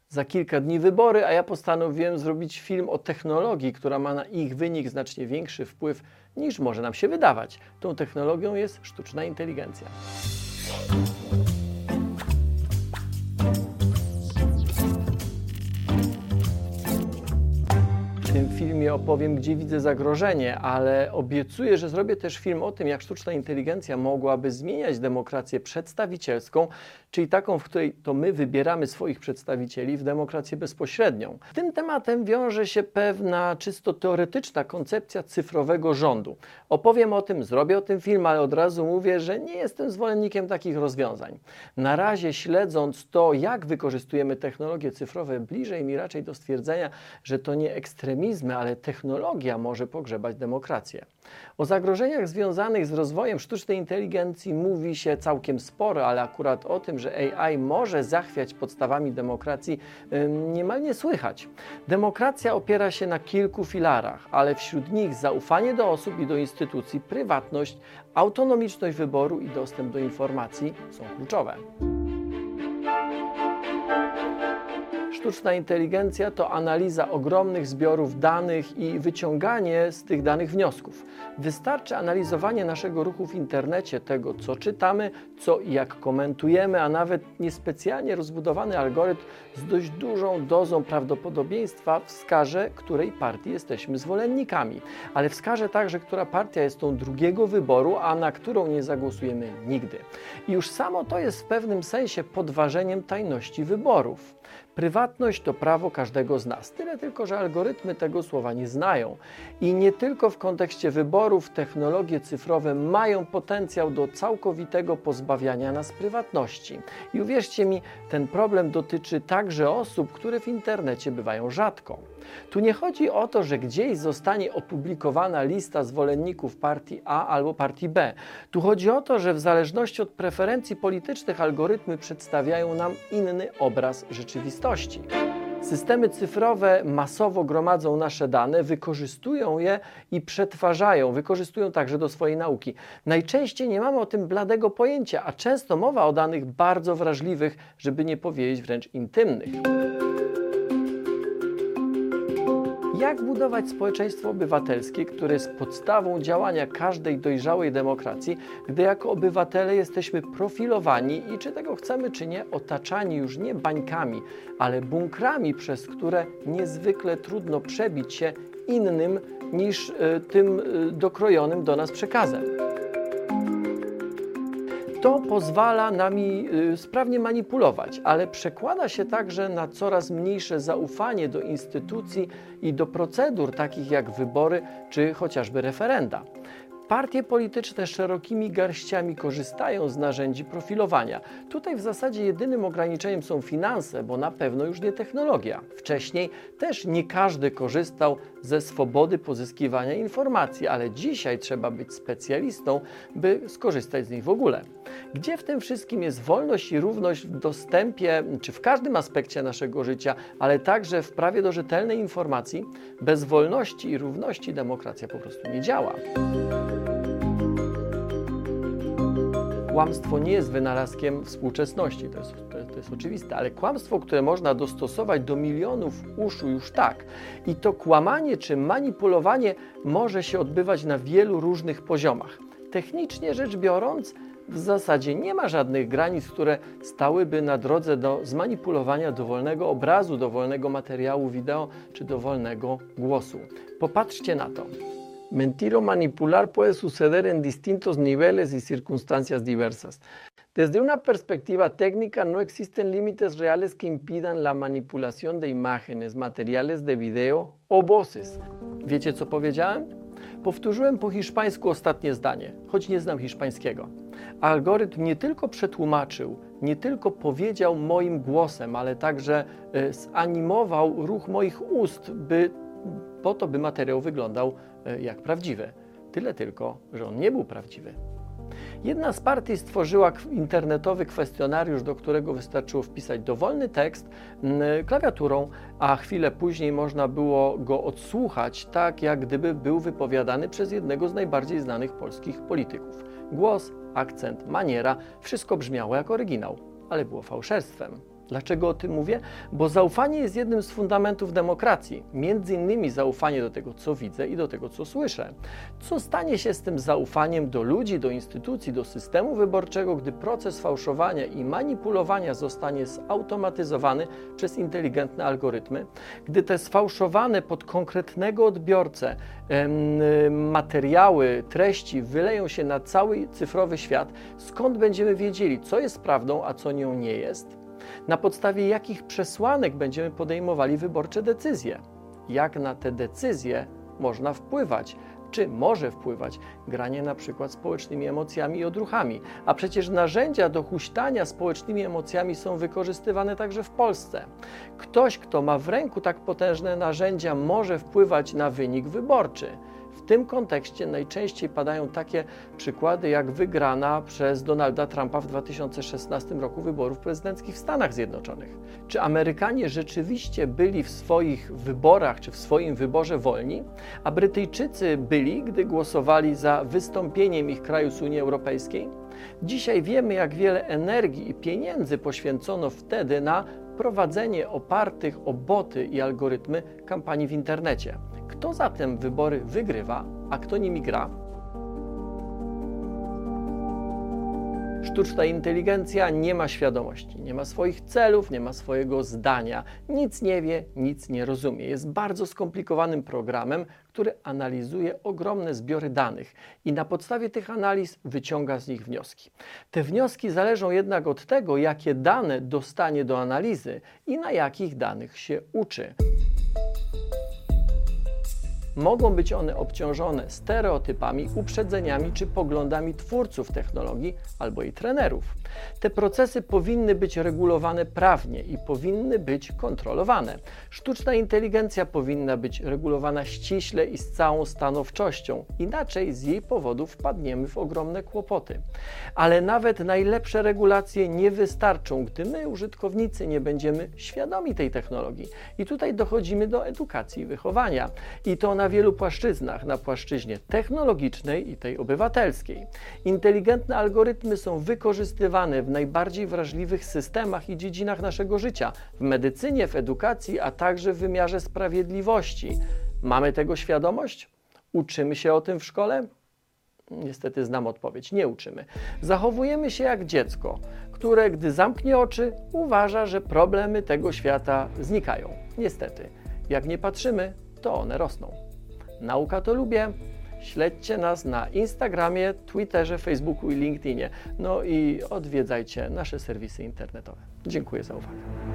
Za kilka dni wybory, a ja postanowiłem zrobić film o technologii, która ma na ich wynik znacznie większy wpływ niż może nam się wydawać. Tą technologią jest sztuczna inteligencja. W tym filmie opowiem, gdzie widzę zagrożenie, ale obiecuję, że zrobię też film o tym, jak sztuczna inteligencja mogłaby zmieniać demokrację przedstawicielską, czyli taką, w której to my wybieramy swoich przedstawicieli, w demokrację bezpośrednią. Z tym tematem wiąże się pewna czysto teoretyczna koncepcja cyfrowego rządu. Opowiem o tym, zrobię o tym film, ale od razu mówię, że nie jestem zwolennikiem takich rozwiązań. Na razie śledząc to, jak wykorzystujemy technologie cyfrowe, bliżej mi raczej do stwierdzenia, że to nie ekstremizmy, ale technologia może pogrzebać demokrację. O zagrożeniach związanych z rozwojem sztucznej inteligencji mówi się całkiem sporo, ale akurat o tym, że AI może zachwiać podstawami demokracji, niemal nie słychać. Demokracja opiera się na kilku filarach, ale wśród nich zaufanie do osób i do instytucji, prywatność, autonomiczność wyboru i dostęp do informacji są kluczowe. Sztuczna inteligencja to analiza ogromnych zbiorów danych i wyciąganie z tych danych wniosków. Wystarczy analizowanie naszego ruchu w internecie, tego co czytamy, co i jak komentujemy, a nawet niespecjalnie rozbudowany algorytm z dość dużą dozą prawdopodobieństwa wskaże, której partii jesteśmy zwolennikami. Ale wskaże także, która partia jest tą drugiego wyboru, a na którą nie zagłosujemy nigdy. I już samo to jest w pewnym sensie podważeniem tajności wyborów. Prywatność to prawo każdego z nas, tyle tylko, że algorytmy tego słowa nie znają. I nie tylko w kontekście wyborów technologie cyfrowe mają potencjał do całkowitego pozbawiania nas prywatności. I uwierzcie mi, ten problem dotyczy także osób, które w internecie bywają rzadko. Tu nie chodzi o to, że gdzieś zostanie opublikowana lista zwolenników partii A albo partii B. Tu chodzi o to, że w zależności od preferencji politycznych algorytmy przedstawiają nam inny obraz rzeczywistości. Systemy cyfrowe masowo gromadzą nasze dane, wykorzystują je i przetwarzają, wykorzystują także do swojej nauki. Najczęściej nie mamy o tym bladego pojęcia, a często mowa o danych bardzo wrażliwych, żeby nie powiedzieć wręcz intymnych. Jak budować społeczeństwo obywatelskie, które jest podstawą działania każdej dojrzałej demokracji, gdy jako obywatele jesteśmy profilowani i czy tego chcemy, czy nie, otaczani już nie bańkami, ale bunkrami, przez które niezwykle trudno przebić się innym niż tym dokrojonym do nas przekazem. To pozwala nami sprawnie manipulować, ale przekłada się także na coraz mniejsze zaufanie do instytucji i do procedur takich jak wybory czy chociażby referenda. Partie polityczne szerokimi garściami korzystają z narzędzi profilowania. Tutaj w zasadzie jedynym ograniczeniem są finanse, bo na pewno już nie technologia. Wcześniej też nie każdy korzystał ze swobody pozyskiwania informacji, ale dzisiaj trzeba być specjalistą, by skorzystać z nich w ogóle. Gdzie w tym wszystkim jest wolność i równość w dostępie, czy w każdym aspekcie naszego życia, ale także w prawie do rzetelnej informacji? Bez wolności i równości demokracja po prostu nie działa. Kłamstwo nie jest wynalazkiem współczesności, to jest oczywiste, ale kłamstwo, które można dostosować do milionów uszu już tak. I to kłamanie czy manipulowanie może się odbywać na wielu różnych poziomach. Technicznie rzecz biorąc, w zasadzie nie ma żadnych granic, które stałyby na drodze do zmanipulowania dowolnego obrazu, dowolnego materiału wideo czy dowolnego głosu. Popatrzcie na to. Mentir o manipular puede suceder en distintos niveles y circunstancias diversas. Desde una perspectiva técnica, no existen límites reales que impidan la manipulación de imágenes, materiales de video o voces. Wiecie, co powiedziałem? Powtórzyłem po hiszpańsku ostatnie zdanie, choć nie znam hiszpańskiego. Algorytm nie tylko przetłumaczył, nie tylko powiedział moim głosem, ale także zanimował ruch moich ust, po to, by materiał wyglądał jak prawdziwy. Tyle tylko, że on nie był prawdziwy. Jedna z partii stworzyła internetowy kwestionariusz, do którego wystarczyło wpisać dowolny tekst klawiaturą, a chwilę później można było go odsłuchać, tak jak gdyby był wypowiadany przez jednego z najbardziej znanych polskich polityków. Głos, akcent, maniera, wszystko brzmiało jak oryginał, ale było fałszerstwem. Dlaczego o tym mówię? Bo zaufanie jest jednym z fundamentów demokracji. Między innymi zaufanie do tego, co widzę i do tego, co słyszę. Co stanie się z tym zaufaniem do ludzi, do instytucji, do systemu wyborczego, gdy proces fałszowania i manipulowania zostanie zautomatyzowany przez inteligentne algorytmy? Gdy te sfałszowane pod konkretnego odbiorcę materiały, treści wyleją się na cały cyfrowy świat, skąd będziemy wiedzieli, co jest prawdą, a co nią nie jest? Na podstawie jakich przesłanek będziemy podejmowali wyborcze decyzje? Jak na te decyzje można wpływać? Czy może wpływać granie na przykład społecznymi emocjami i odruchami? A przecież narzędzia do huśtania społecznymi emocjami są wykorzystywane także w Polsce. Ktoś, kto ma w ręku tak potężne narzędzia, może wpływać na wynik wyborczy. W tym kontekście najczęściej padają takie przykłady jak wygrana przez Donalda Trumpa w 2016 roku wyborów prezydenckich w Stanach Zjednoczonych. Czy Amerykanie rzeczywiście byli w swoich wyborach czy w swoim wyborze wolni, a Brytyjczycy byli, gdy głosowali za wystąpieniem ich kraju z Unii Europejskiej? Dzisiaj wiemy, jak wiele energii i pieniędzy poświęcono wtedy na prowadzenie opartych o boty i algorytmy kampanii w internecie. Kto zatem wybory wygrywa, a kto nimi gra? Sztuczna inteligencja nie ma świadomości, nie ma swoich celów, nie ma swojego zdania, nic nie wie, nic nie rozumie. Jest bardzo skomplikowanym programem, który analizuje ogromne zbiory danych i na podstawie tych analiz wyciąga z nich wnioski. Te wnioski zależą jednak od tego, jakie dane dostanie do analizy i na jakich danych się uczy. Mogą być one obciążone stereotypami, uprzedzeniami czy poglądami twórców technologii albo jej trenerów. Te procesy powinny być regulowane prawnie i powinny być kontrolowane. Sztuczna inteligencja powinna być regulowana ściśle i z całą stanowczością, inaczej z jej powodu wpadniemy w ogromne kłopoty. Ale nawet najlepsze regulacje nie wystarczą, gdy my, użytkownicy, nie będziemy świadomi tej technologii. I tutaj dochodzimy do edukacji i wychowania. I to na wielu płaszczyznach, na płaszczyźnie technologicznej i tej obywatelskiej. Inteligentne algorytmy są wykorzystywane w najbardziej wrażliwych systemach i dziedzinach naszego życia, w medycynie, w edukacji, a także w wymiarze sprawiedliwości. Mamy tego świadomość? Uczymy się o tym w szkole? Niestety znam odpowiedź. Nie uczymy. Zachowujemy się jak dziecko, które gdy zamknie oczy, uważa, że problemy tego świata znikają. Niestety, jak nie patrzymy, to one rosną. Nauka to lubię. Śledźcie nas na Instagramie, Twitterze, Facebooku i LinkedInie. No i odwiedzajcie nasze serwisy internetowe. Dziękuję za uwagę.